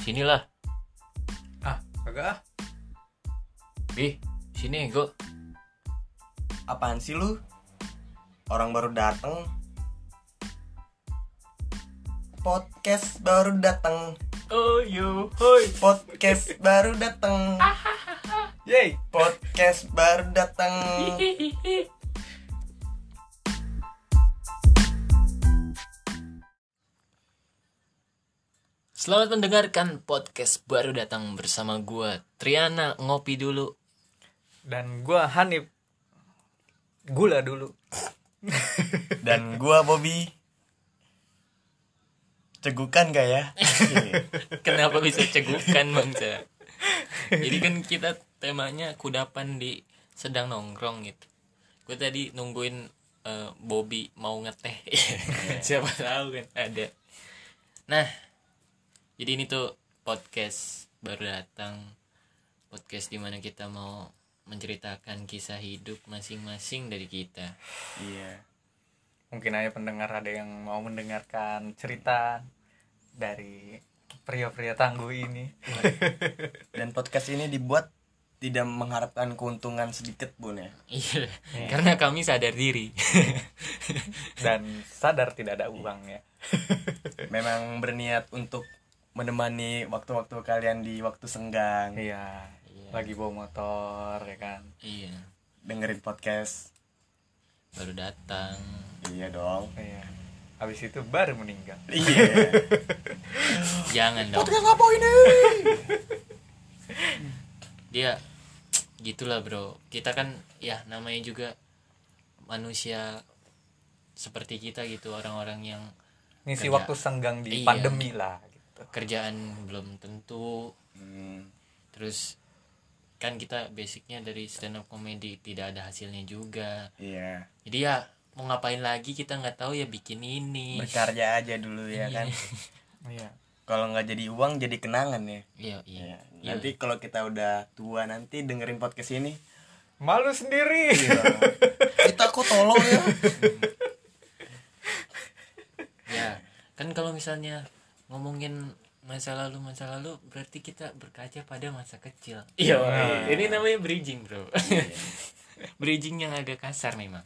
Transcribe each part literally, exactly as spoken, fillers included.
Sinilah. Ah, kagak ah. Ih, sini gua. Apaan sih lu? Orang baru dateng. Podcast baru dateng. Oh yo, hoi. Podcast baru dateng. Yeay. Podcast baru dateng. Selamat mendengarkan podcast baru datang bersama gua Triana ngopi dulu. Dan gua Hanif. Gula dulu. Dan gua Bobby. Cegukan gak ya? Kenapa bisa cegukan bangsa? Jadi kan kita temanya kudapan di sedang nongkrong gitu. Gue tadi nungguin uh, Bobby mau ngeteh. Siapa tahu kan ada. Nah, jadi ini tuh podcast baru datang. Podcast dimana kita mau menceritakan kisah hidup masing-masing dari kita. Iya. Mungkin aja pendengar ada yang mau mendengarkan cerita dari pria-pria tangguh ini. Dan podcast ini dibuat tidak mengharapkan keuntungan sedikit pun ya. Iya, karena kami sadar diri. Dan sadar tidak ada uangnya. Memang berniat untuk menemani waktu-waktu kalian di waktu senggang. Iya. Iya. Lagi bawa motor ya kan. Iya, Dengerin podcast. baru datang. Iya dong. Iya. Habis itu baru meninggal. Iya. Jangan dong. Podcast apa ini? Dia gitulah bro. Kita kan ya namanya juga manusia seperti kita gitu, orang-orang yang Ngisi kerja- waktu senggang di Iya. pandemi lah gitu. kerjaan belum tentu. Hmm. Terus kan kita basicnya dari stand up comedy, tidak ada hasilnya juga. Iya. Jadi ya mau ngapain lagi kita nggak tahu, ya bikin ini. Berkarya aja dulu ya kan. Iya. Kalau nggak jadi uang jadi kenangan ya. Iya iya. Iya. Nanti kalau kita udah tua nanti dengerin podcast ini, Malu sendiri. kita kok tolong ya. Ya kan kalau misalnya ngomongin masa lalu masa lalu berarti kita berkaca pada masa kecil. Iya. Nah. Ini namanya bridging bro. Bridging yang agak kasar memang.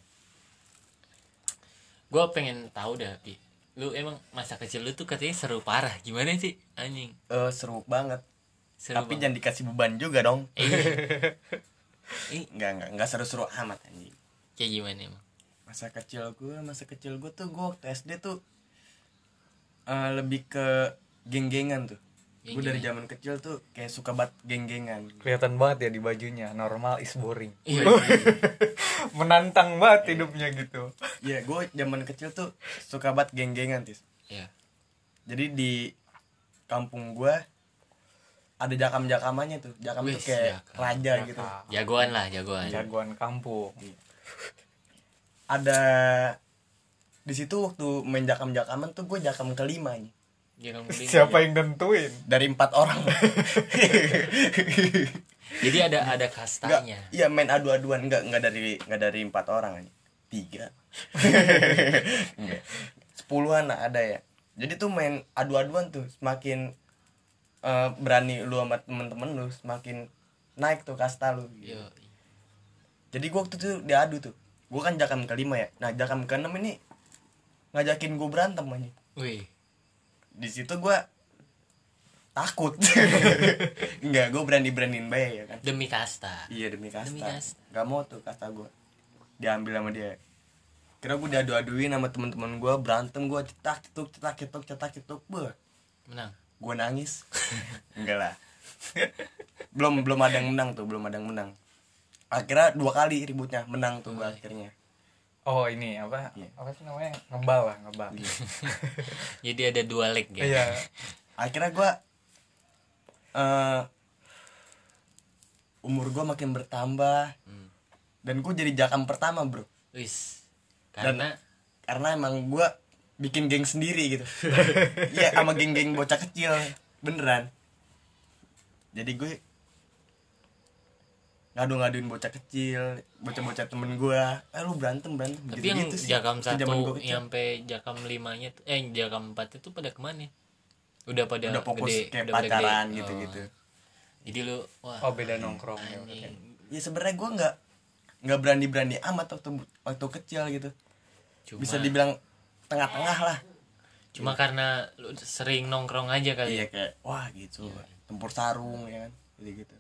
Gue pengen tahu dah, Pi. Lu emang masa kecil lu tuh katanya seru parah. Gimana sih anjing? Eh seru banget. Seru Tapi banget. jangan dikasih beban juga dong. Iya. Ih, Enggak enggak enggak seru-seru amat anjing. kayak gimana emang? Masa kecil gue, masa kecil gue tuh gue waktu S D tuh eh, lebih ke geng-gengan tuh. Gue dari zaman kecil tuh kayak suka banget geng-gengan. Kelihatan banget ya di bajunya. Normal is boring. Iya. Menantang banget hidupnya gitu. Iya, gue zaman kecil tuh suka banget geng-gengan, Tis. Iya. Jadi di kampung gue ada jakam-jakamannya tuh. Jakam tuh Wis, kayak jakam. raja gitu. Jagoan lah, jagoan. Jagoan kampung. Ada di situ waktu main jakam-jakaman tuh gue jakam kelima nih. Jagoan kuning. Siapa yang nentuin? Dari empat orang. Jadi ada ada Enggak, kastanya. iya main adu-aduan enggak enggak dari enggak dari empat orang aja. Tiga. Enggak. Sepuluhan lah ada ya. Jadi tuh main adu-aduan tuh semakin eh, berani lu sama temen-temen lu semakin naik tuh kasta lu. Yo. Jadi gua waktu itu diadu tuh. Gua kan jakam kelima ya. Nah, jakam keenam ini ngajakin gua berantem aja. Wih. Di situ gua takut. Enggak, gua berani-beraniin bae ya kan. Demi kasta. Iya demi kasta. Demi kasta. Gak mau tuh kasta gue diambil sama dia. Kira gue diadu-aduin sama teman-teman gue, berantem gue cetak cetuk cetak cetuk cetak cetuk be. Menang. Gue nangis. Enggak lah. belum belum ada yang menang tuh, belum ada yang menang. Akhirnya dua kali ributnya menang tuh gue akhirnya. Oh ini apa? Iya. Apa sih namanya? Ngebal lah, ngebal. Jadi ada dua leg ya. Iya. Akhirnya gue eh umur gue makin bertambah. Hmm. Dan gue jadi jakam pertama bro. Wis. Dan Karena karena emang gue bikin geng sendiri gitu. Iya sama geng-geng bocah kecil beneran. Jadi gue ngadu-ngaduin bocah kecil, bocah-bocah temen gue, eh lu berantem berantem tapi gitu, yang gitu sih. jakam Itu zaman satu gua kecil. sampai jakam limanya tuh- eh jakam empat itu pada kemana? udah pada udah fokus gede, kayak udah pada pacaran gede. gitu-gitu. Oh. Jadi lu wah. Oh beda nongkrong ya. anjing. Ya sebenarnya gue nggak nggak berani-berani amat waktu waktu kecil gitu. Cuma, Bisa dibilang tengah-tengah lah. cuma karena lu sering nongkrong aja kali. Iya kayak wah gitu, tempur sarung ya kan, jadi gitu.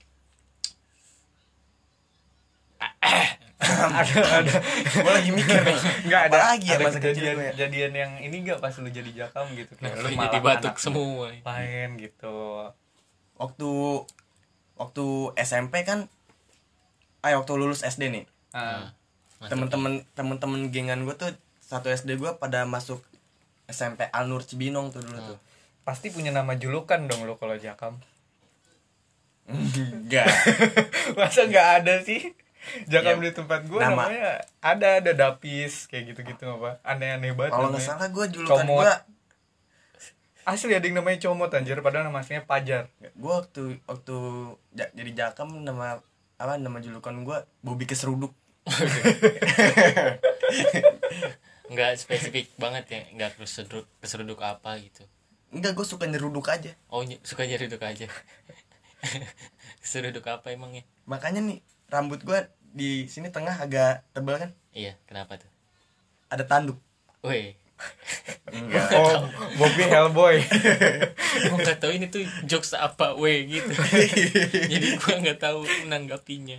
ada ada Gue lagi mikir nih, nggak ada apalagi ya ada masa kecil kejadian gue ya? kejadian yang ini nggak pas lu jadi jakam gitu kayak lu Jadi malah batuk anak semua. lain gitu. Waktu waktu S M P kan, ay waktu lulus S D nih, Ah, Mantap. temen-temen temen-temen gengan gue tuh satu S D gue pada masuk S M P Al Nur Cibinong tuh dulu tuh. pasti punya nama julukan dong lu kalau jakam. Enggak. Masa nggak ada sih? Jakam Ya, di tempat gua nama- namanya ada ada Dapis kayak gitu-gitu apa aneh-aneh banget. Kalau nggak namanya. salah gue julukan Comot. gue, Asli ada yang namanya Comot anjir padahal nama aslinya Pajar. gue waktu waktu ja- jadi jakam nama apa nama julukan gue Bobby Keseruduk. Nggak spesifik banget ya, nggak keseruduk keseruduk apa gitu. Enggak, gue suka nyeruduk aja. Oh ny- suka nyeruduk aja. Keseruduk apa emangnya? Makanya nih rambut gue di sini tengah agak tebal kan, Iya, kenapa tuh? ada tanduk. Woi, Enggak. Oh, Bobby Hellboy. gua nggak tahu ini tuh jokes apa, weh gitu. Jadi gua nggak tahu menanggapinya.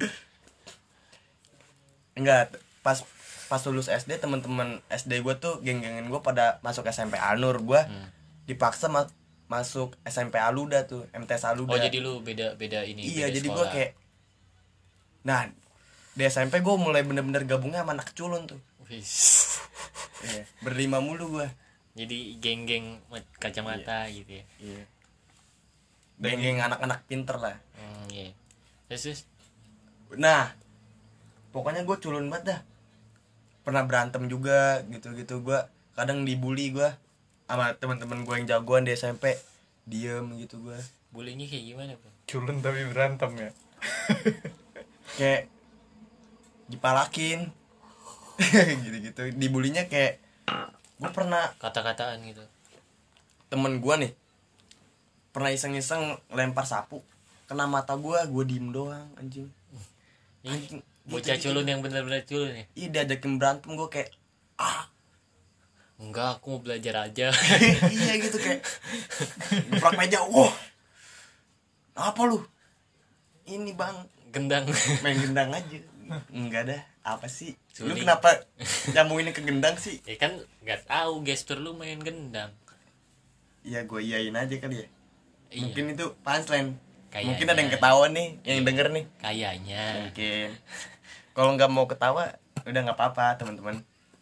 Enggak, pas pas lulus S D teman-teman S D gue tuh geng-gengan gue pada masuk S M P Alnur, gue Hmm. dipaksa ma- masuk S M P Aluda tuh, M T S Aluda. Oh jadi lu beda beda ini. iya, beda jadi gue sekolah. kayak, nah di S M P gue mulai bener-bener gabungnya sama anak culun tuh. Wis. Iya, berlima mulu gue. Jadi geng-geng mat- kacamata gitu ya. Iya. Geng-geng anak-anak pinter lah. Hmm, iya. Terus, terus Nah, pokoknya gue culun banget dah. Pernah berantem juga gitu-gitu, gue kadang dibully gue sama teman-teman gue yang jagoan di S M P, diem gitu gue. bullyingnya kayak gimana, Bro? Culun tapi berantem ya. Kayak dipalakin. Gitu-gitu. Dibulinya kayak, gue pernah Kata-kataan gitu. temen gue nih pernah iseng-iseng lempar sapu kena mata gue, gue diem doang anjing. Ini Anjing, bocah gitu-gitu. culun yang benar-benar culun ya? Ih, diajakin berantem gue kayak ah. Enggak, aku mau belajar aja. Iya gitu kayak geprek meja, wah apa lu ini bang, Gendang. main gendang aja. Enggak dah, apa sih lu Suling. kenapa nyambunginnya ke gendang sih? Ya kan nggak tahu gestur lu main gendang. Iya, gue iyain aja kali ya. Iya. Mungkin itu punchline. Kayaknya. Mungkin ada yang ketawa nih, yang denger nih. Kayaknya. Mungkin kalau nggak mau ketawa udah nggak apa-apa teman-teman.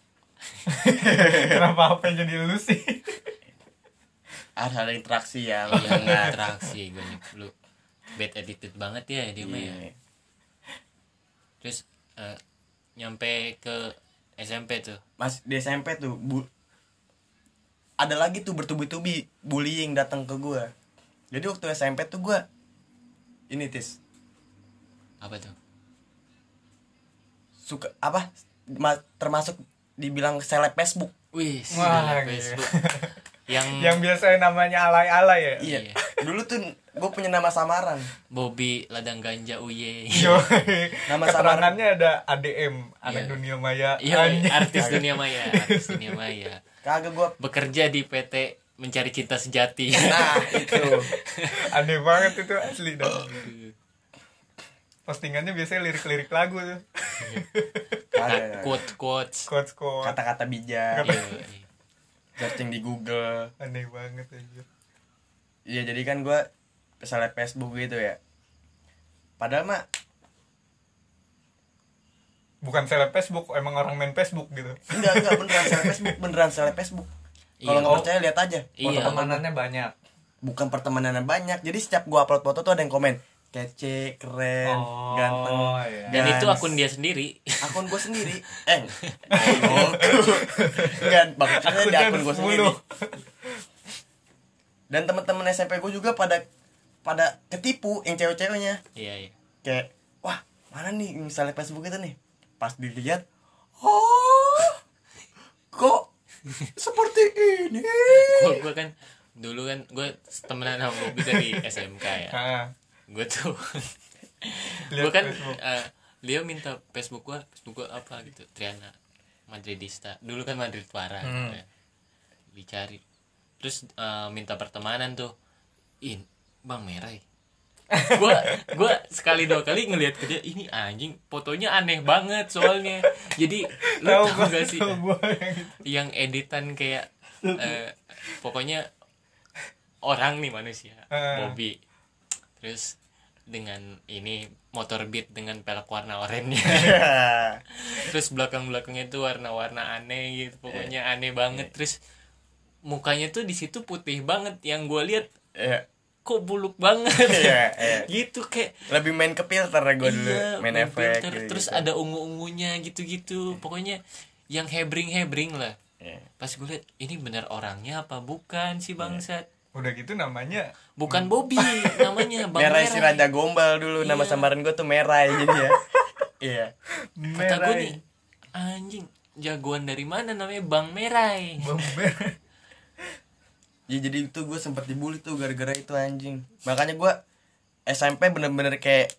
Kenapa apa yang jadi lu sih? Harus ada interaksi ya. Iya, mendengar. interaksi gue nih. Lu bad attitude banget ya dia mah ya. Iya. Terus eh, nyampe ke S M P tuh. Mas di S M P tuh bu, ada lagi tuh bertubi-tubi bullying datang ke gue. Jadi waktu S M P tuh gue ini tis Apa tuh? suka apa ma- termasuk dibilang seleb Facebook. Wih, Wah, Wah, gila. Facebook. Yang Yang biasanya namanya alay-alay ya. Iya. Iya. Dulu tuh gue punya nama samaran. Bobby ladang ganja uye. Yo, Nama keterangannya ada A D M, anak Iya. dunia maya. Iya, Anjing. artis dunia maya, artis dunia maya. Kagak gue. Bekerja di P T Mencari Cinta Sejati. Nah itu. Aneh banget itu asli dah. Postingannya biasanya lirik-lirik lagu tuh. Kagak. Quote quotes. Quotes-quotes. Kata-kata bijak. Iya, Searching di Google. Aneh banget aja. Iya, jadi kan gue seleb Facebook gitu ya. Padahal mah Bukan seleb Facebook, emang orang main Facebook gitu. enggak enggak beneran seleb Facebook, beneran seleb Facebook. Kalau Iya. nggak percaya lihat aja. Iya. Pertemanannya banyak. Bukan pertemanannya banyak. Jadi setiap gua upload foto tuh ada yang komen kece, keren, Oh, ganteng. iya. Dan gans. itu akun dia sendiri. Akun gua sendiri. Eh. Oh, enggak, bagusnya di akun gua sendiri. Dan teman-teman S M P gua juga pada pada ketipu yang cewek-ceweknya. Iya, iya. Kayak, wah, mana nih misalnya Facebook itu nih. Pas dilihat, oh, kok seperti ini. Gua, gua kan dulu kan gue temenan sama Bobby dari S M K ya. Ah, Gue tuh lihat gue kan Facebook. uh, dia minta Facebook gue, Facebook gue apa gitu, Triana Madridista. Dulu kan Madrid parah Hmm. gitu ya. Dicari. Terus uh, minta pertemanan tuh. In, Bang Merah. Gue gue sekali dua kali ngelihat ke dia, ini anjing fotonya aneh banget soalnya. Jadi lu Tahu tau gua, gak sih tahu gua yang itu. yang editan kayak eh, pokoknya orang nih manusia, Ah. Bobby, terus dengan ini motor Beat dengan pelek warna oranye. Terus belakang-belakangnya tuh warna-warna aneh gitu, pokoknya aneh banget. Terus mukanya tuh di situ putih banget, yang gue lihat Iya. kok buluk banget. Iya, iya. Gitu kayak Lebih main ke filter gue dulu, iya, main main efek filter, gitu, terus gitu. ada ungu-ungunya gitu-gitu, pokoknya yang hebring-hebring lah. Iya. Pas gue liat, ini bener orangnya apa bukan si bangsat. Udah gitu namanya Bukan Bobby namanya, Bang Merah Merah. si Raja Gombal dulu, nama Iya. samaran gue tuh Merah jadi ya. Iya. Kata gue merah. nih, anjing jagoan dari mana namanya Bang Merah. Bomber. Ya jadi itu gue sempat dibully tuh gara-gara itu anjing. Makanya gue S M P bener-bener kayak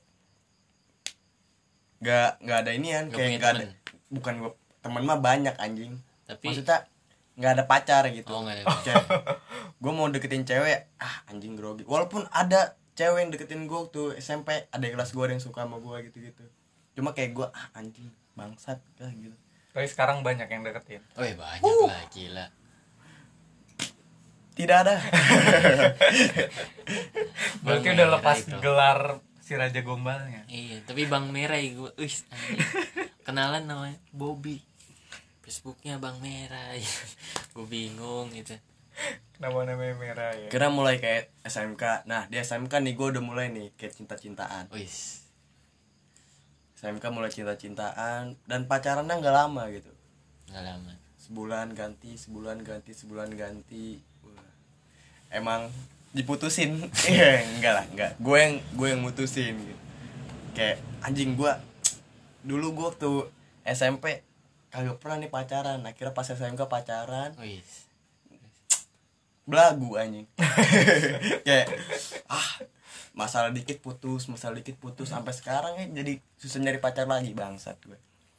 gak nggak ada inian, Nggak kayak punya nggak ada. temen. Bukan gue temen mah banyak anjing. Tapi Maksudnya nggak ada pacar gitu. oh enggak ada. Kayak gue mau deketin cewek, ah anjing grogi. Walaupun ada cewek yang deketin gue tuh S M P, ada kelas gue yang suka sama gue gitu-gitu. Cuma kayak gue ah anjing bangsat lah gitu. Tapi sekarang banyak yang deketin. Oh ya banyak uh. lah gila. Tidak ada. Berarti Bang udah Merah lepas itu. gelar si Raja Gombalnya. Iya, tapi Bang Merah gue, wis kenalan namanya Bobby. Facebooknya Bang Merah. Gue bingung gitu. Kenapa namanya merah ya? Kira mulai kayak S M K. Nah di S M K nih gue udah mulai nih kayak cinta-cintaan. Wis. S M K mulai cinta-cintaan dan pacarannya nggak lama gitu. Nggak lama. Sebulan ganti, sebulan ganti, sebulan ganti. Wah. Emang diputusin? Iya enggak lah, enggak. Gue yang gue yang mutusin gitu. Kayak anjing gue dulu gue waktu S M P kagak pernah nih pacaran. Akhirnya pas S M K pacaran, Wis. belagu anjing. Kayak ah masalah dikit putus, masalah dikit putus sampai sekarang ya jadi susah nyari pacar lagi bangsat gue.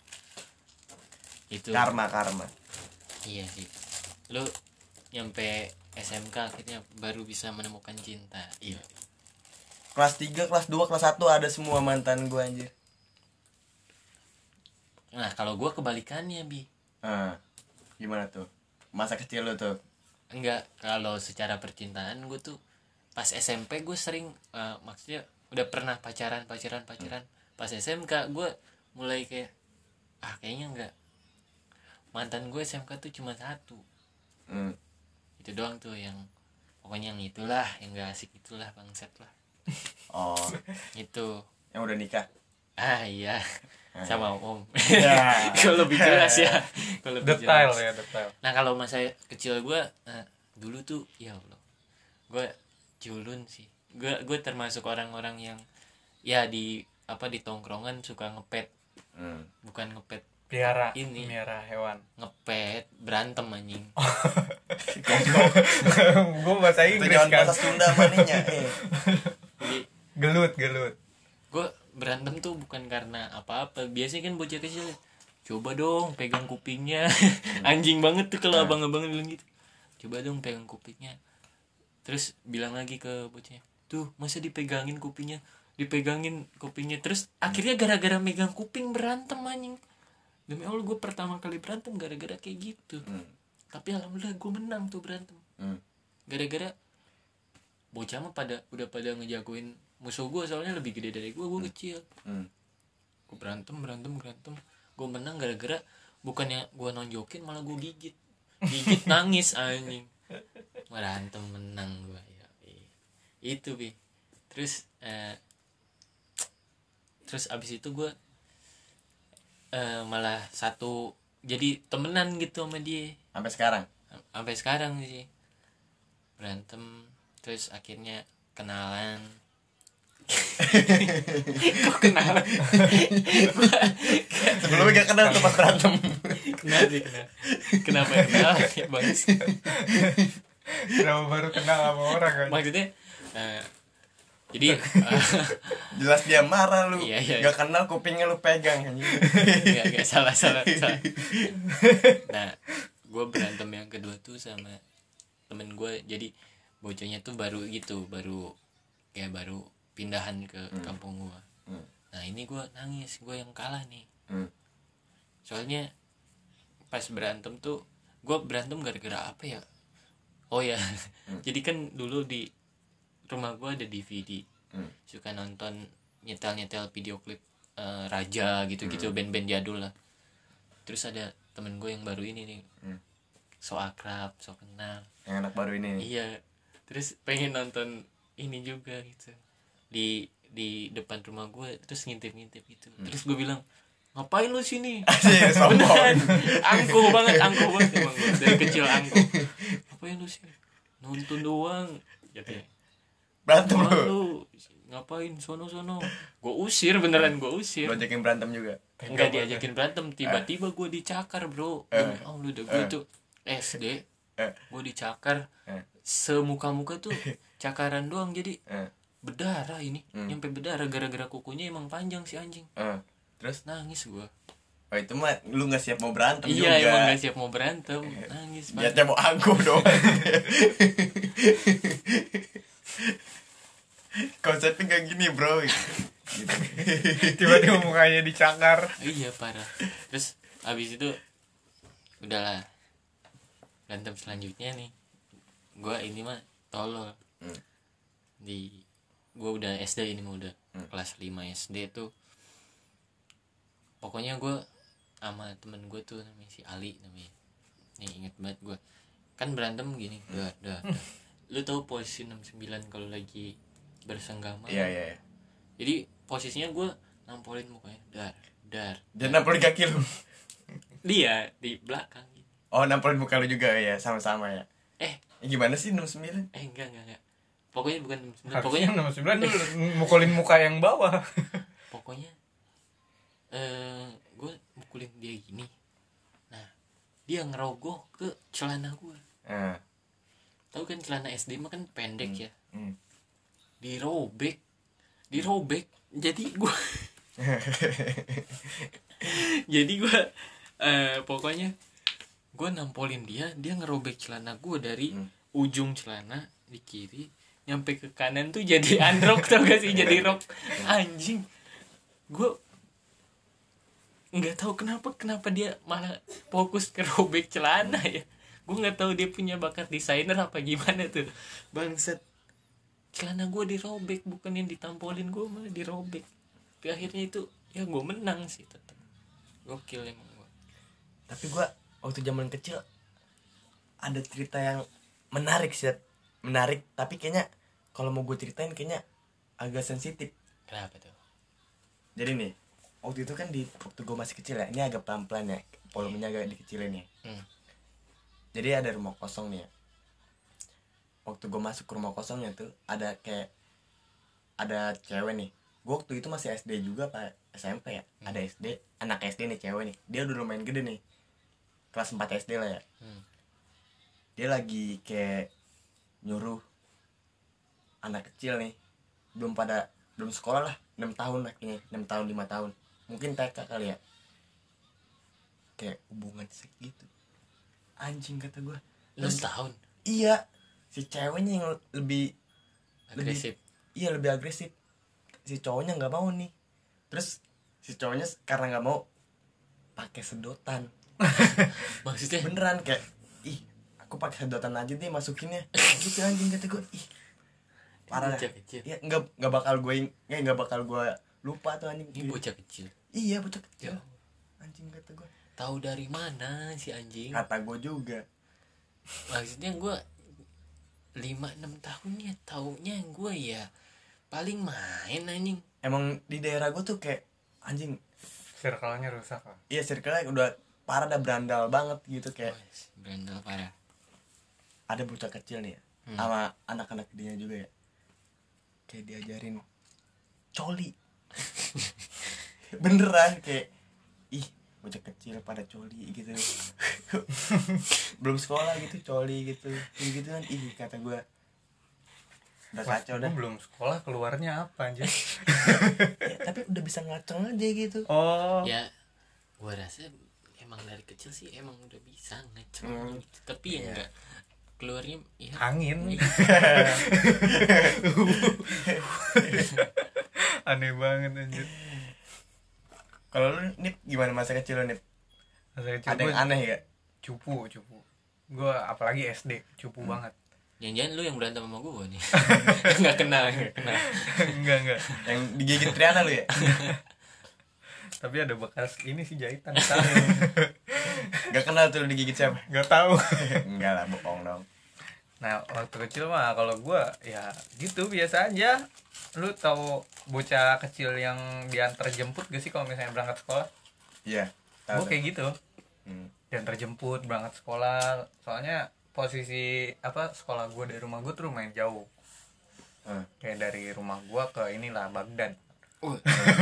Itu Karma karma. iya sih. Lu nyampe S M K akhirnya baru bisa menemukan cinta. Iya. Kelas tiga, kelas dua, kelas satu ada semua mantan gue anjir. Nah, kalau gua kebalikannya, Bi. Ah, gimana tuh? Masa kecil lu tuh? Enggak, kalau secara percintaan gue tuh pas S M P gue sering uh, maksudnya udah pernah pacaran pacaran pacaran. Pas S M K gue mulai kayak ah kayaknya enggak. Mantan gue S M K tuh cuma satu. Hmm. Itu doang tuh yang pokoknya yang itulah, yang gak asik itulah, bangsat lah. Oh, Itu. yang udah nikah. Ah iya. Sama Om. Ya. Kalau lebih jelas ya. Kalau lebih Detail jelas. ya, detail. Nah kalau masa kecil gue uh, dulu tuh ya Allah, gue culun sih. Gue gue termasuk orang-orang yang ya di apa di tongkrongan suka ngepet, Hmm. bukan ngepet Piara Ini. piara hewan. ngepet berantem anjing. Gue bahasa Itu Inggris jangan kan. bahasa Sunda maninya. Eh. Jadi Gelut, gelut. gue berantem tuh bukan karena apa-apa. Biasanya kan bocah kecil coba dong pegang kupingnya. Anjing banget tuh kalau abang-abang bilang gitu. Coba dong pegang kupingnya. Terus bilang lagi ke bocahnya, tuh masa dipegangin kupingnya, dipegangin kupingnya. Terus akhirnya gara-gara megang kuping berantem anjing. Demi Allah gue pertama kali berantem gara-gara kayak gitu. Hmm. Tapi alhamdulillah gue menang tuh berantem. Hmm. Gara-gara bocah mah pada udah pada ngejagoin musuh gue, soalnya lebih gede dari gue, gue kecil. Hmm. Gue berantem berantem berantem gue menang gara-gara bukannya gue nonjokin malah gue gigit gigit nangis anjing. Berantem menang gue ya. Itu Bi. Terus eh, terus abis itu gue eh, malah satu jadi temenan gitu sama dia Sampai sekarang. sampai sekarang sih. Berantem terus akhirnya kenalan. Kok kenalan? Sebelumnya gak kenal tuh pas berantem. Kenal sih kenal. Kenapa kenal ya bagus. Kenapa baru kenal sama orang kan? Maksudnya uh, jadi uh, Jelas dia marah lu. Iya, iya, Gak kenal kupingnya lu pegang anjing. nggak nggak salah salah salah. Nah, gue berantem yang kedua tuh sama temen gue. Jadi bocahnya tuh baru gitu, baru kayak baru pindahan ke hmm. kampung gue. Hmm. Nah ini gue nangis, gue yang kalah nih. Hmm. Soalnya pas berantem tuh, gue berantem gara-gara apa ya? Oh ya, hmm. jadi kan dulu di rumah gue ada D V D, hmm. suka nonton nyetel-nyetel video klip uh, Raja gitu-gitu, hmm. band-band jadul lah. Terus ada temen gue yang baru ini nih, hmm. so akrab, so kenal. Yang anak baru ini nih. Iya, terus pengen nonton ini juga gitu di di depan rumah gue, terus ngintip-ngintip gitu. Hmm. Terus gue bilang, ngapain lu sini? Beneran, angkuh banget, angkuh banget emang gue dari kecil angkuh. Ngapain lu sini? Nonton doang. Gitu ya. Berantem lu. lu ngapain sono-sono? Gue usir beneran, gue usir. Lo ajakin berantem juga? Enggak diajakin berantem, tiba-tiba gue dicakar bro. Eh. Oh lu udah gue tuh S D, gue dicakar semuka-muka tuh cakaran doang, jadi berdarah ini, hmm. nyampe berdarah gara-gara kukunya emang panjang si anjing. Uh, terus nangis gua. Oh itu mah lu nggak siap mau berantem iya, juga. Iya emang nggak siap mau berantem, nangis. Biasanya mau angkuh dong. Konsepnya kayak gini bro. Gitu. Tiba-tiba mukanya dicakar. Iya parah. Terus abis itu udahlah, berantem selanjutnya nih. Gua ini mah tolol. Hmm. Di gue udah S D ini mah udah hmm. kelas lima S D tuh, pokoknya gue sama temen gue tuh namanya si Ali namanya, nih inget banget gue kan berantem gini, hmm. dah dah lu tahu posisi enam sembilan kalau lagi bersenggama? Iya iya iya. Jadi posisinya gue nampolin mukanya, dar dar dan nampolin kaki lu. Dia di belakang gitu. Oh nampolin muka lu juga ya, sama-sama ya. Eh gimana sih enam sembilan? Eh enggak enggak enggak pokoknya bukan enam sembilan, pokoknya enam sembilan lu mukulin muka yang bawah. Pokoknya eh uh, gue mukulin dia gini, nah dia ngerogoh ke celana gue. uh. Tahu kan celana S D mah kan pendek hmm. ya, hmm. dirobek dirobek jadi gue jadi gue uh, pokoknya gue nampolin dia, dia ngerobek celana gue dari hmm. ujung celana di kiri nyampe ke kanan tuh jadi unrock. Tau gak sih, jadi rock anjing. Gue nggak tahu kenapa kenapa dia malah fokus ke robek celana ya. Gue nggak tahu dia punya bakat desainer apa gimana tuh bangsat. Celana gue dirobek, bukan yang ditampolin, gue malah dirobek. Tapi akhirnya itu ya gue menang sih tetap. Gokil emang gue. Tapi gue waktu zaman kecil ada cerita yang menarik sih, menarik tapi kayaknya kalau mau gue ceritain kayaknya agak sensitif. Kenapa tuh? Jadi nih waktu itu kan di waktu gue masih kecil ya, ini agak pelan-pelan ya, volumenya agak dikecilin ya. hmm. Jadi ada rumah kosong nih ya. Waktu gue masuk ke rumah kosongnya tuh ada kayak ada cewek nih. Gue waktu itu masih S D juga pak, S M P ya. hmm. Ada S D, anak S D nih cewek nih, dia udah lumayan gede nih, kelas empat S D lah ya. hmm. Dia lagi kayak nyuruh anak kecil nih, belum pada belum sekolah lah, enam tahun lah kayaknya, enam tahun lima tahun mungkin T K kali ya, kayak hubungan seks gitu. Anjing kata gue. enam tahun? Iya, si ceweknya yang lebih agresif. Lebih, iya lebih agresif, si cowoknya nggak mau nih. Terus si cowoknya karena nggak mau pakai sedotan. Maksudnya beneran kayak ih aku pakai sedotan aja deh masukinnya gitu. Anjing kata gue, ih parah. Ya nggak nggak bakal gue ya nggak bakal gue lupa tuh anjing. Ini bocah kecil. Iya bocah kecil. Ya. Anjing kata gue. Tahu dari mana si anjing? Kata gue juga. Maksudnya gue lima enam tahun ya, taunya gue ya paling main anjing. Emang di daerah gue tuh kayak anjing circle-nya rusak lah. Iya circle-nya udah parah, dah berandal banget gitu kayak. Oh, berandal parah. Ada bocah kecil nih ya, hmm. sama anak-anak dia juga ya, kayak diajarin coli. Beneran kayak ih bocah kecil pada coli gitu. Belum sekolah gitu coli gitu gitu kan, ih kata gue udah kacau dah. Gue belum sekolah keluarnya apa anjir. Ya, tapi udah bisa ngaceng aja gitu. Oh Ya gua rasa emang dari kecil sih emang udah bisa ngaceng Hmm. gitu. Tapi ya Iya. enggak keluarnya ya angin. Aneh banget anjir. Kalau lu Nip gimana masa kecil lu Nip? Masa kecil Ada yang gua aneh gak? cupu cupu. Gue apalagi S D cupu Hmm. banget. jangan-jangan lu yang berantem sama gua nih. Nggak kenal, nggak kenal. Enggak enggak. Yang digigit Triana lu ya? Tapi ada bekas ini sih jahitan. Tahu. Gak kenal tuh lu digigit siapa? Enggak tahu. Enggak lah, bohong dong. Nah waktu kecil mah kalau gue ya gitu biasa aja. Lu tahu bocah kecil yang diantar jemput gak sih kalau misalnya berangkat sekolah? Iya. Gue Tahu. kayak gitu. Hmm. Diantar jemput berangkat sekolah. Soalnya posisi apa sekolah gue dari rumah gue tuh lumayan jauh. Hmm. Kayak dari rumah gue ke inilah Baghdad. Oh,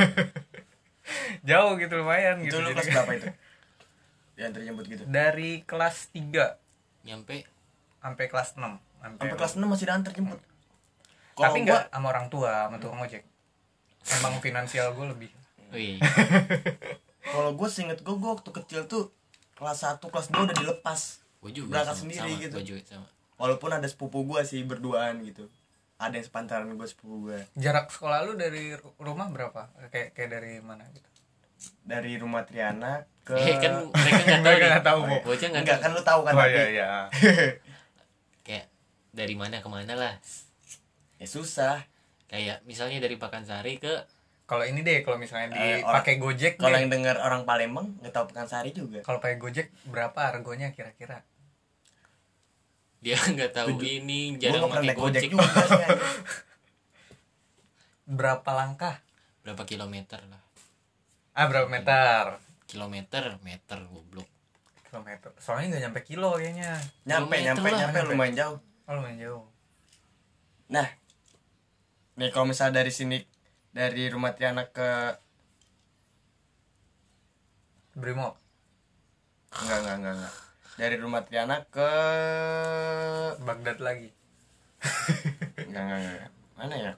Jauh gitu lumayan Itu gitu. lu Jadi kelas kan berapa itu? Yang terjemput gitu. dari kelas tiga nyampe sampai kelas enam. Sampai kelas enam masih diantar jemput. Tapi Kalau enggak gua sama orang tua, sama tukang ojek. Emang finansial gue lebih. wih kalau gua seinget gua gua waktu kecil tuh kelas satu, kelas dua udah dilepas. gua juga Berangkat sama, sendiri sama, gitu. gua juga sama. Walaupun ada sepupu gua sih berduaan gitu. Ada yang sepantaran gua sepupu gua. Jarak sekolah lu dari ru- rumah berapa? Kayak kayak dari mana gitu? Dari rumah Triana ke Eh kan mereka nggak tahu Mereka nih. nggak tahu, Oh, Bo. iya. Bocah nggak Enggak tahu. kan lu tahu kan Oh tadi. iya iya. Kayak dari mana ke mana lah. Ya susah. Kayak misalnya dari Pakansari ke Kalau ini deh, kalau misalnya Eh, orang- dipakai Gojek Kalau deh. yang dengar orang Palembang nggak tahu Pekansari juga. Kalau pakai Gojek berapa harganya kira-kira? dia nggak tahu Tujuh. ini Gua jarang nggak pernah pakai naik Gojek gojek. juga sih. anjing. Berapa langkah? Berapa kilometer lah? Ah, berapa meter? Kilometer, meter goblok. Kilometer. Soalnya nggak nyampe kilo kayaknya. Nyampe Kilometer nyampe lah, nyampe nyampe. lumayan jauh. Oh, lumayan jauh. Nah, nih kalau misal dari sini dari rumah Triana ke Brimob. enggak enggak enggak enggak. Dari rumah Triana ke Baghdad lagi. enggak enggak enggak. Mana ya?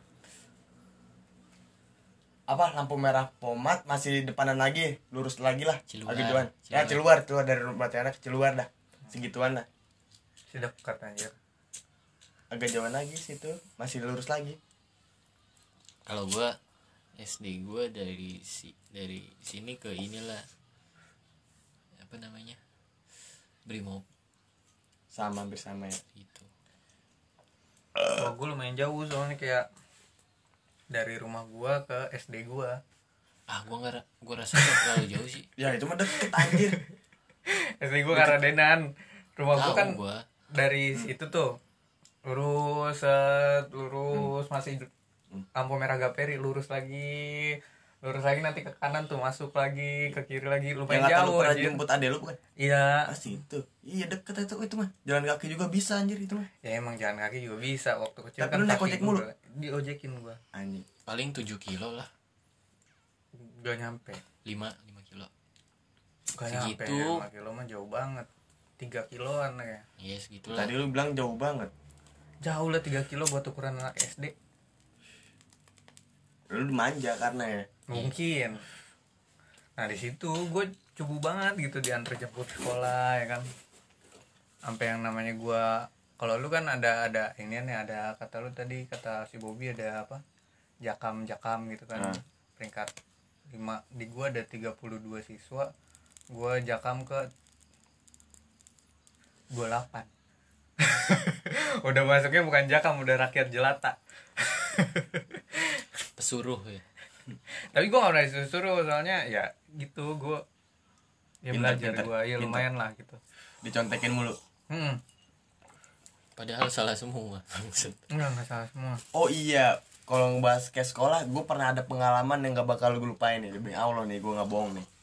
Apa lampu merah Pomat masih depanan lagi, lurus lagi lah. Ciluar. Gituan. Ya Ciluar. Ciluar, keluar dari rumah Triana ke Ciluar dah. Segituan lah. Si dekat anjir. Agak jauhan lagi situ, masih lurus lagi. Kalau gua S D gua dari si dari sini ke inilah apa namanya Brimob Sama hampir sama ya. gitu. Kalau gue lumayan jauh soalnya kayak dari rumah gua ke S D gua. Ah gua nggak ra- gua rasa nggak terlalu jauh sih. Ya itu mah deket anjir. S D gua Karadenan. Rumah gua Tahu kan gua. dari situ tuh lurus set, lurus masih lampu merah Gaperi, lurus lagi lurus lagi nanti ke kanan tuh masuk lagi ke kiri lagi Yang lumayan kata lu jauh pernah anjir. jemput ade lu bukan? Iya Ah situ. Iya deket itu itu mah. Jalan kaki juga bisa anjir itu mah. ya emang jalan kaki juga bisa waktu kecil. Tapi kan lu naik kaki ojek gua mulu? udah- diojekin gua Anjing. Paling tujuh kilo lah, gak nyampe lima lima kilo. gak nyampe Segitu. lima kilo mah jauh banget tiga kiloan ya Iya segitulah. Tadi lu bilang jauh banget. jauh lah tiga kilo buat ukuran anak S D Lu manja karena ya. mungkin. Nah di situ gue cubu banget gitu diantar jemput sekolah ya kan, sampai yang namanya gue kalau lu kan ada ada ini nih ada kata lu tadi kata si Bobby ada apa jakam jakam gitu kan. Hmm. Peringkat lima di gue ada tiga puluh dua siswa, gue jakam ke dua puluh delapan. Udah masuknya bukan jakam, udah rakyat jelata. Pesuruh ya. Tapi gue gak pernah disuruh soalnya ya gitu gue ya Pintar, belajar pintar, gue ya pintar. lumayan lah gitu. Dicontekin mulu. Hmm, Padahal salah semua. Maksud. enggak enggak salah semua. Oh iya, kalau ngebahas kayak sekolah, gue pernah ada pengalaman yang gak bakal gue lupain nih. Demi Allah nih, gue gak bohong nih.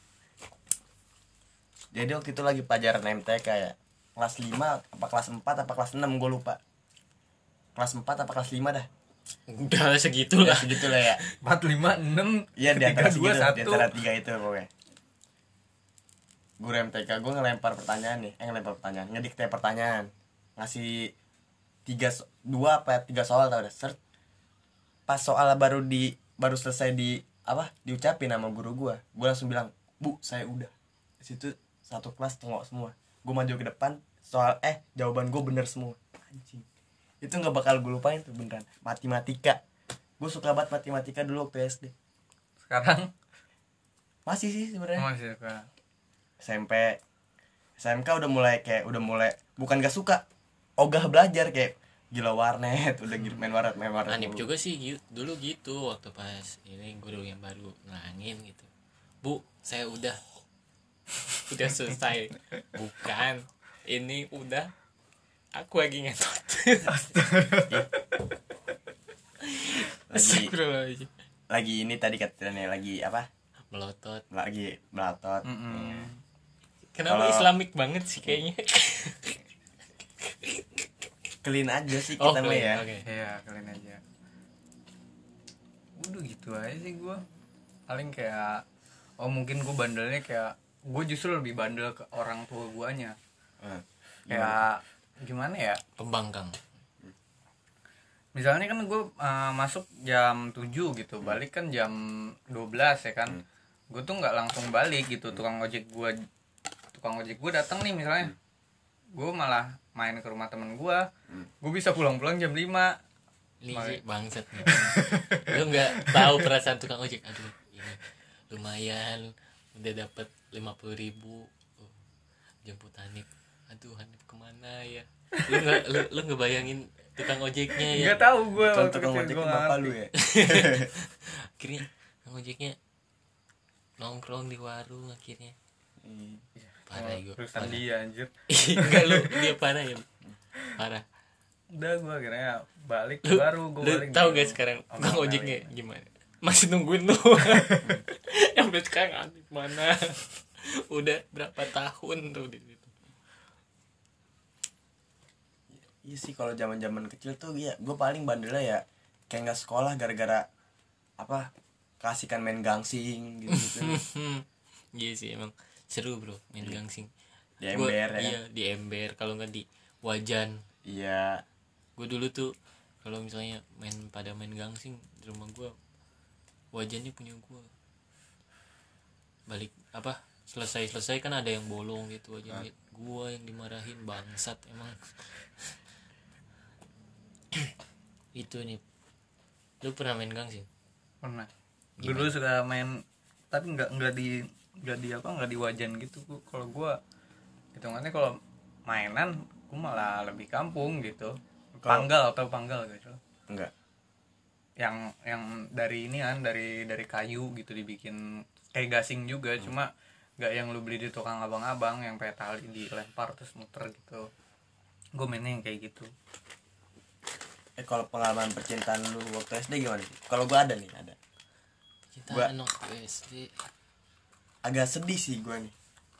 Jadi waktu itu lagi pelajaran M T K ya. Kelas lima, apa kelas empat, apa kelas enam, gue lupa. Kelas empat, apa kelas lima dah. Udah segitulah. Ya segitulah ya. Empat lima enam Iya di antara dua segitu, di satu. antara tiga itu pokoknya. guru M T K gue ngelempar pertanyaan nih, eh ngelempar pertanyaan, ngedikte pertanyaan, ngasih tiga so- dua apa tiga soal tau udah seret. Pas soal baru di baru selesai di apa diucapin sama guru gue, gue langsung bilang, bu saya udah. Di situ satu kelas tengok semua, gue maju ke depan, soal eh jawaban gue bener semua. Anjing, itu nggak bakal gue lupain tuh beneran. Matematika, gue suka banget matematika dulu waktu S D. Sekarang Masih sih sebenarnya. masih suka. S M P S M K udah mulai kayak udah mulai bukan gak suka, ogah belajar, kayak gila warnet, udah gila main warnet main warnet Anip mulu. juga sih gi- dulu gitu waktu pas ini guru yang baru nerangin gitu. Bu, saya udah udah selesai. Bukan, ini udah aku lagi ngentot. lagi Astagfirullahaladzim. lagi ini tadi katanya lagi apa Melotot. lagi belatot. Mm-mm. Kenapa Kalau- Islamik banget sih kayaknya? Clean aja sih Oh, kita mah ya. oke. Iya, kalian aja. Udah gitu aja sih gue. Paling kayak, oh mungkin gue bandelnya kayak, gue justru lebih bandel ke orang tua guanya. Hmm. Kayak gimana ya? Pembangkang. Misalnya kan gue uh, masuk jam tujuh gitu, balik kan jam dua belas ya kan. Hmm. Gue tuh nggak langsung balik gitu, tukang ojek gue tukang ojek gue datang nih misalnya. Gue malah main ke rumah temen gue. Gue bisa pulang-pulang jam lima. Ini Makanya- sih bangsat nih. Lu nggak tahu perasaan tukang ojek. Aduh, ini lumayan udah dapat lima puluh ribu. Oh, jemput Hanif. Aduh, Hanif kemana ya? Lu nggak lu, lu ngebayangin tukang ojeknya ya? Nggak tahu gue Kalau waktu tukang kecil, ojek gue itu nggak bapak ngerti. lu ya. Akhirnya tukang ojeknya nongkrong di warung akhirnya. Parah Oh, gue. perusahaan dia anjir. Enggak, lu dia parah ya. Parah. Udah gue akhirnya balik Lu, baru gue lu balik. tahu gitu. gak sekarang Sama tukang Meli. ojeknya gimana? Masih nungguin lu. Yang udah sekarang Hanif mana? Udah berapa tahun tuh di situ. Iya sih kalau zaman-zaman kecil tuh ya gue paling bandelnya ya kayak nggak sekolah gara-gara apa kasihkan main gangsing gitu-gitu. Iya sih emang seru bro main gangsing. Di Gua- ember ya kan? Iya di ember kalau nggak di wajan. Iya. Gue dulu tuh kalau misalnya main pada main gangsing di rumah gue, wajannya punya gue. Balik apa selesai selesai kan ada yang bolong gitu wajannya. Gue yang dimarahin bangsat emang. Itu nih, lu pernah main gangsing? Pernah. Gue dulu suka main tapi nggak nggak di nggak di apa nggak di wajan gitu. Gua- Kalau gue hitungannya kalau mainan gue malah lebih kampung gitu. Kalau- Panggal atau panggal gitu. Enggak. Yang yang dari ini kan dari dari kayu gitu dibikin kayak gasing juga, cuma nggak yang lu beli di tukang abang-abang yang pakai tali dilempar terus muter gitu. Gue mainnya yang kayak gitu. Eh kalau pengalaman percintaan lu waktu S D gimana sih? Kalau gue ada nih, ada. Kita Gua- anak S D. Agak sedih sih gue nih.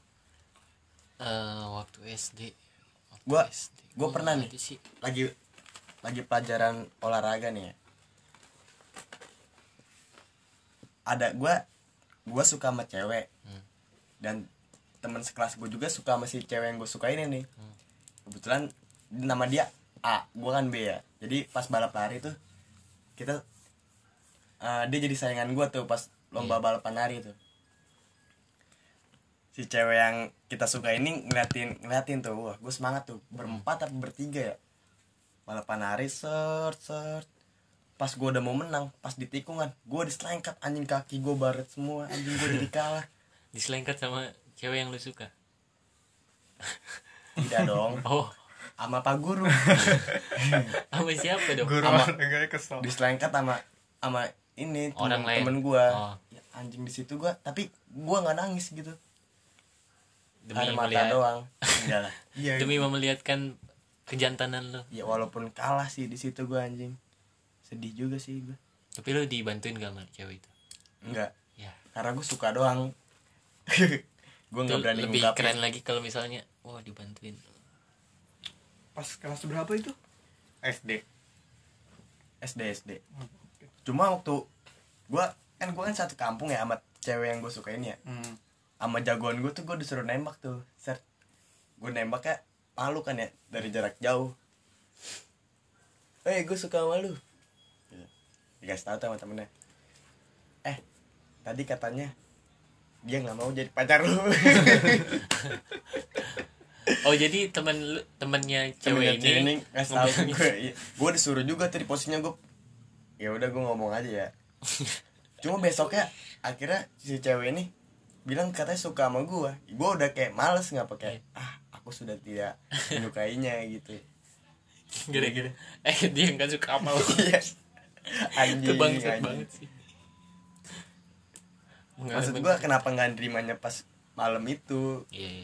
Eh, waktu S D. Waktu Gua- S D. gua pernah nggak nih. ada sih. Lagi lagi pelajaran olahraga nih ya. Ada gue gue suka sama cewek. Hmm. Dan teman sekelas gue juga suka sama si cewek yang gue sukain ini. Hmm. Kebetulan nama dia A, gue kan B ya. Jadi pas balap lari tuh kita eh, dia jadi saingan gue tuh pas lomba Iya. balapan lari tuh. Si cewek yang kita suka ini ngeliatin ngeliatin tuh, wah gue semangat tuh berempat apa bertiga ya balapan lari sert sert. Pas gue udah mau menang, pas di tikungan gue diselengkat anjing, kaki gue baret semua anjing, gue jadi kalah. Diselengkat sama cewek yang lu suka. Tidak dong, Oh, sama pak guru. sama siapa dong? Guru Ama- olahraganya kesel. Diselengkat sama sama ini Orang temen, lain. temen gue. Oh. Ya, anjing di situ gue, tapi gue nggak nangis gitu. Demi Air mata melihat, doang. Enggak lah. Iya. demi memelihatkan kejantanan lu. Ya walaupun kalah sih di situ gue anjing. Sedih juga sih gue. Tapi lu dibantuin gak sama cewek itu? Enggak. Ya. Karena gue suka doang. Gue Itu nggak berani lebih ngungkapin. keren lagi kalau misalnya wah dibantuin. Pas kelas berapa itu? S D. S D S D. Cuma waktu gue kan gue kan satu kampung ya sama cewek yang gue sukain ya. Hmm. sama jagoan gue tuh gue disuruh nembak tuh set. Gue nembaknya palu kan ya dari jarak jauh. Eh gue suka sama lu, dikasih tahu tuh sama temennya. Eh tadi katanya dia nggak mau jadi pacar lu. Oh jadi temen lu, temennya cewek Temennya ini, ini ngasih tahu ke gue. Gue disuruh juga tuh di posisinya gue. Ya udah gue ngomong aja ya. Cuma besoknya akhirnya si cewek ini bilang katanya suka sama gue. Gue udah kayak males nggak pakai ah aku sudah tidak menyukainya gitu. Gara-gara eh dia nggak suka sama lu. Iya. Anjing. Itu bangsat anjing. banget sih. Maksud gue kenapa nggak nerimanya pas malam itu? Iya, iya.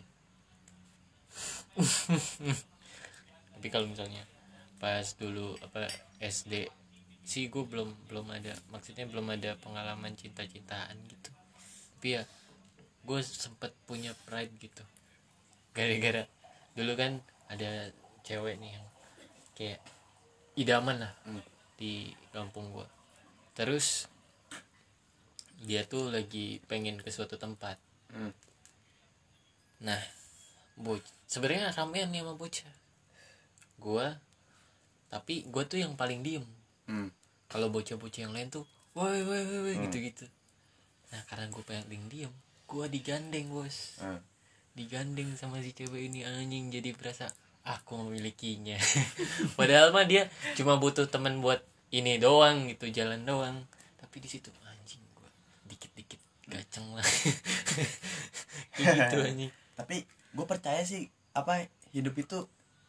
Tapi kalau misalnya pas dulu apa S D sih gue belum belum ada, maksudnya belum ada pengalaman cinta-cintaan gitu. Tapi ya gue sempet punya pride gitu gara-gara dulu kan ada cewek nih yang kayak idaman lah Hmm. di kampung gue. Terus dia tuh lagi pengen ke suatu tempat. Hmm. Nah, boc sebenarnya ramean nih sama bocah. Gua tapi gua tuh yang paling diem. Hmm. Kalau bocah-bocah yang lain tuh, woi woi woi woi, Hmm. gitu-gitu. Nah, karena gua paling diem, gua digandeng, Bos. Hmm. Digandeng sama si cewek ini, anjing, jadi berasa aku memilikinya. Padahal mah dia cuma butuh teman buat ini doang gitu, jalan doang. Tapi di situ anjing gua dikit-dikit gaceng lah. Kayak gitu anjing. Tapi gue percaya sih apa hidup itu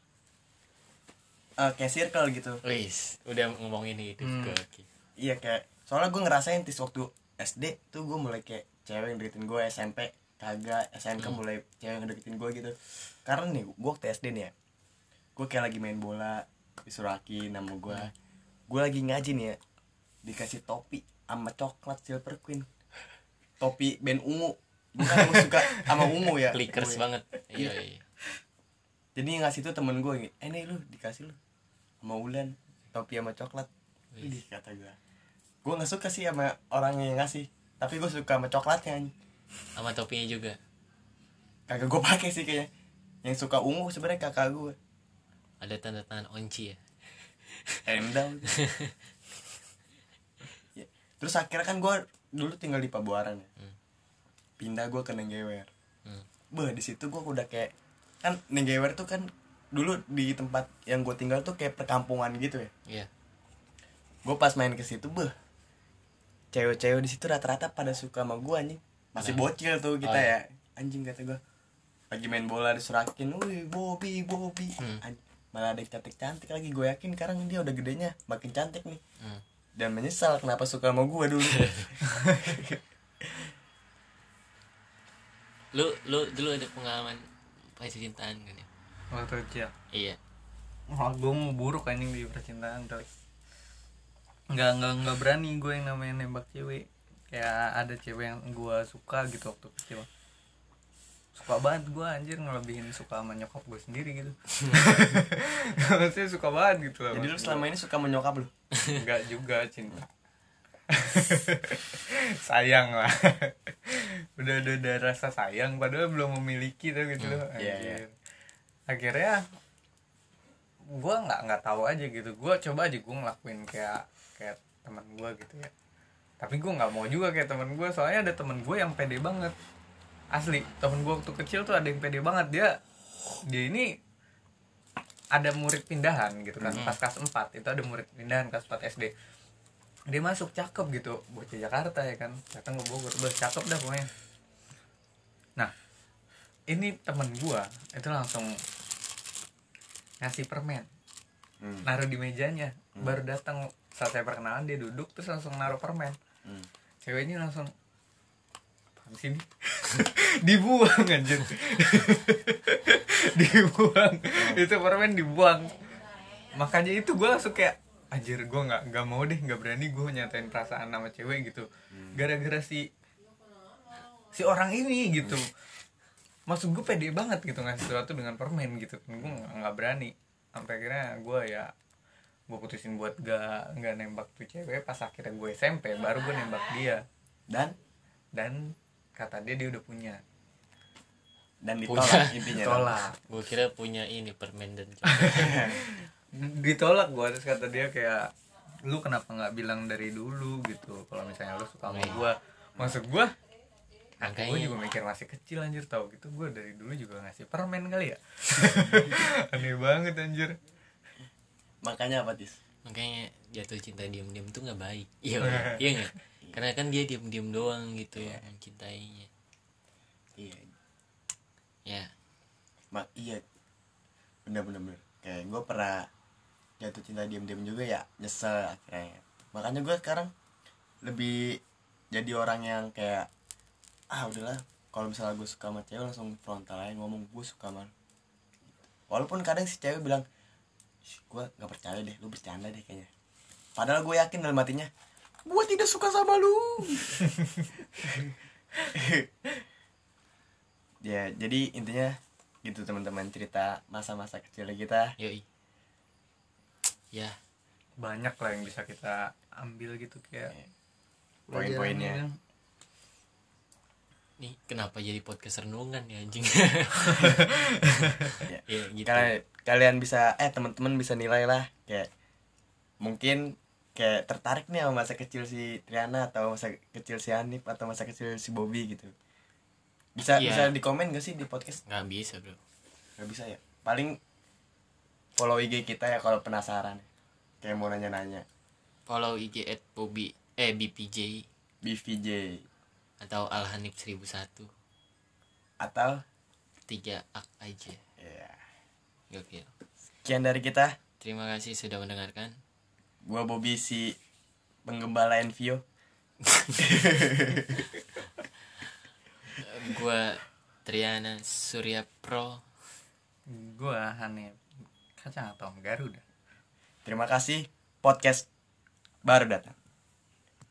uh, kayak circle gitu. Wis, udah ngomongin itu Hmm. ke oke. Iya kayak soalnya gue ngerasain tis waktu S D tuh gue mulai kayak cewek yang deketin gue, S M P kagak, S M K Hmm. mulai cewek yang deketin gue gitu. Karena nih gue waktu S D nih ya, gue kayak lagi main bola disurakin nama gue, gue lagi ngaji nih ya, dikasih topi sama coklat Silver Queen, topi band ungu. Bukan gue suka sama ungu ya. Clickers Gue. banget. Iya, iya. Jadi yang ngasih tuh temen gue, eh nih lu dikasih lu sama Ulan topi sama coklat. Ini kata gue, gue nggak suka sih sama orang yang ngasih, tapi gue suka sama coklatnya. Sama topinya juga. Kagak gue pakai sih kayaknya. Yang suka ungu sebenarnya kakak gue. Ada tanda tangan onci ya. Endal. Ya. Terus akhirnya kan gue dulu tinggal di Pabuaran ya. Hmm. Pindah gue ke Nenggewer. Hmm. Bah di situ gue udah kayak kan Nenggewer tuh kan dulu di tempat yang gue tinggal tuh kayak perkampungan gitu ya. Iya. Gue pas main ke situ beh, cewek-cewek di situ rata-rata pada suka sama gue anjing. Masih Nah. bocil tuh kita Oh, ya. Anjing kata gue. Lagi main bola disurakin, wih Bobby Bobby. Hmm. Anjing. Malah ada yang cantik-cantik lagi. Gue yakin sekarang dia udah gedenya makin cantik nih. Hmm. Dan menyesal kenapa suka sama gue dulu. Lu lu dulu ada pengalaman percintaan kan ya? Waktu kecil. Iya. Wah, gue mau buruk anjing di percintaan kali. Nggak nggak nggak berani gue yang namanya nembak cewek. Kayak ada cewek yang gue suka gitu waktu kecil. Suka banget gue anjir, ngelebihin suka sama nyokap gue sendiri gitu. Maksudnya suka banget gitu lah. Jadi lu maksud selama gue. ini suka menyokap lu? Enggak juga, cinta. Sayang lah. udah, udah udah rasa sayang padahal belum memiliki tuh gitu loh. iya, Anjir. iya. Akhirnya gue nggak nggak tahu aja gitu, gue coba aja gue ngelakuin kayak kayak teman gue gitu ya, tapi gue nggak mau juga kayak teman gue, soalnya ada teman gue yang pede banget, asli temen gue waktu kecil tuh ada yang pede banget. Dia dia ini ada murid pindahan gitu kan, Hmm. pas kelas empat itu ada murid pindahan kelas empat S D, dia masuk cakep gitu, bocah Jakarta ya kan, datang ke Bogor, bah cakep dah pokoknya. Nah ini temen gue itu langsung ngasih permen, Hmm. naruh di mejanya. Hmm. Baru datang saat saya perkenalan dia duduk terus langsung naruh permen. Hmm. Ceweknya langsung apaan sih ini? Dibuang anjir. Dibuang. Itu permen dibuang. Makanya itu gue langsung kayak anjir, gue nggak nggak mau deh, nggak berani gue nyatain perasaan sama cewek gitu. Gara-gara si si orang ini gitu. Maksud gue pede banget gitu ngasih sesuatu dengan permen gitu. Gue nggak berani. Sampai akhirnya gue ya gue putusin buat gak nggak nembak tuh cewek. Pas akhirnya gue S M P baru gue nembak dia. Dan Dan kata dia dia udah punya. dan Punya. ditolak intinya. Tolak. Gue kira punya ini permen dan Ditolak gua, terus kata dia kayak lu kenapa nggak bilang dari dulu gitu kalau misalnya lu suka sama gua. Maksud gua gue makanya juga mikir masih kecil anjir, tahu gitu gue dari dulu juga ngasih permen kali ya. Aneh banget anjir. Makanya apa Tis? makanya jatuh cinta diam-diam tuh nggak baik. Iya iya nggak, karena kan dia diam-diam doang gitu ya mencintainya. Iya. Ya Mak iya. Bener-bener bener. Kayak gue pernah jatuh cinta diam-diam juga ya, nyesel akhirnya. Makanya gue sekarang lebih jadi orang yang kayak ah udahlah, kalau misalnya gue suka sama cewek langsung frontal aja ngomong gue suka sama lu. Walaupun kadang si cewek bilang gue nggak percaya deh, lu bercanda deh kayaknya, padahal gue yakin dalam hatinya gue tidak suka sama lu. Ya jadi intinya gitu teman-teman, cerita masa-masa kecil kita. yoi ya Banyak lah yang bisa kita ambil gitu kayak Poin-poinnya. pelajaran, nih kenapa jadi podcast renungan ya anjing. Ya. Ya gitu. Kalian, kalian bisa eh teman-teman bisa nilai lah, kayak mungkin kayak tertarik nih sama masa kecil si Triana atau masa kecil si Hanif atau masa kecil si Bobby gitu. Bisa Iya. bisa di komen gak sih di podcast? Nggak bisa bro. Gak bisa ya. Paling follow I G kita ya kalau penasaran. Kayak mau nanya-nanya. Follow I G at Bobby eh B P J B V J atau Alhanif seribu satu atau tiga ak aja. ya. Gokil. Sekian dari kita. Terima kasih sudah mendengarkan. Gua Bobby si penggembala Envio. Gua Triana Surya Pro. gue Hanif kacang atau Garuda. Terima kasih, podcast baru datang.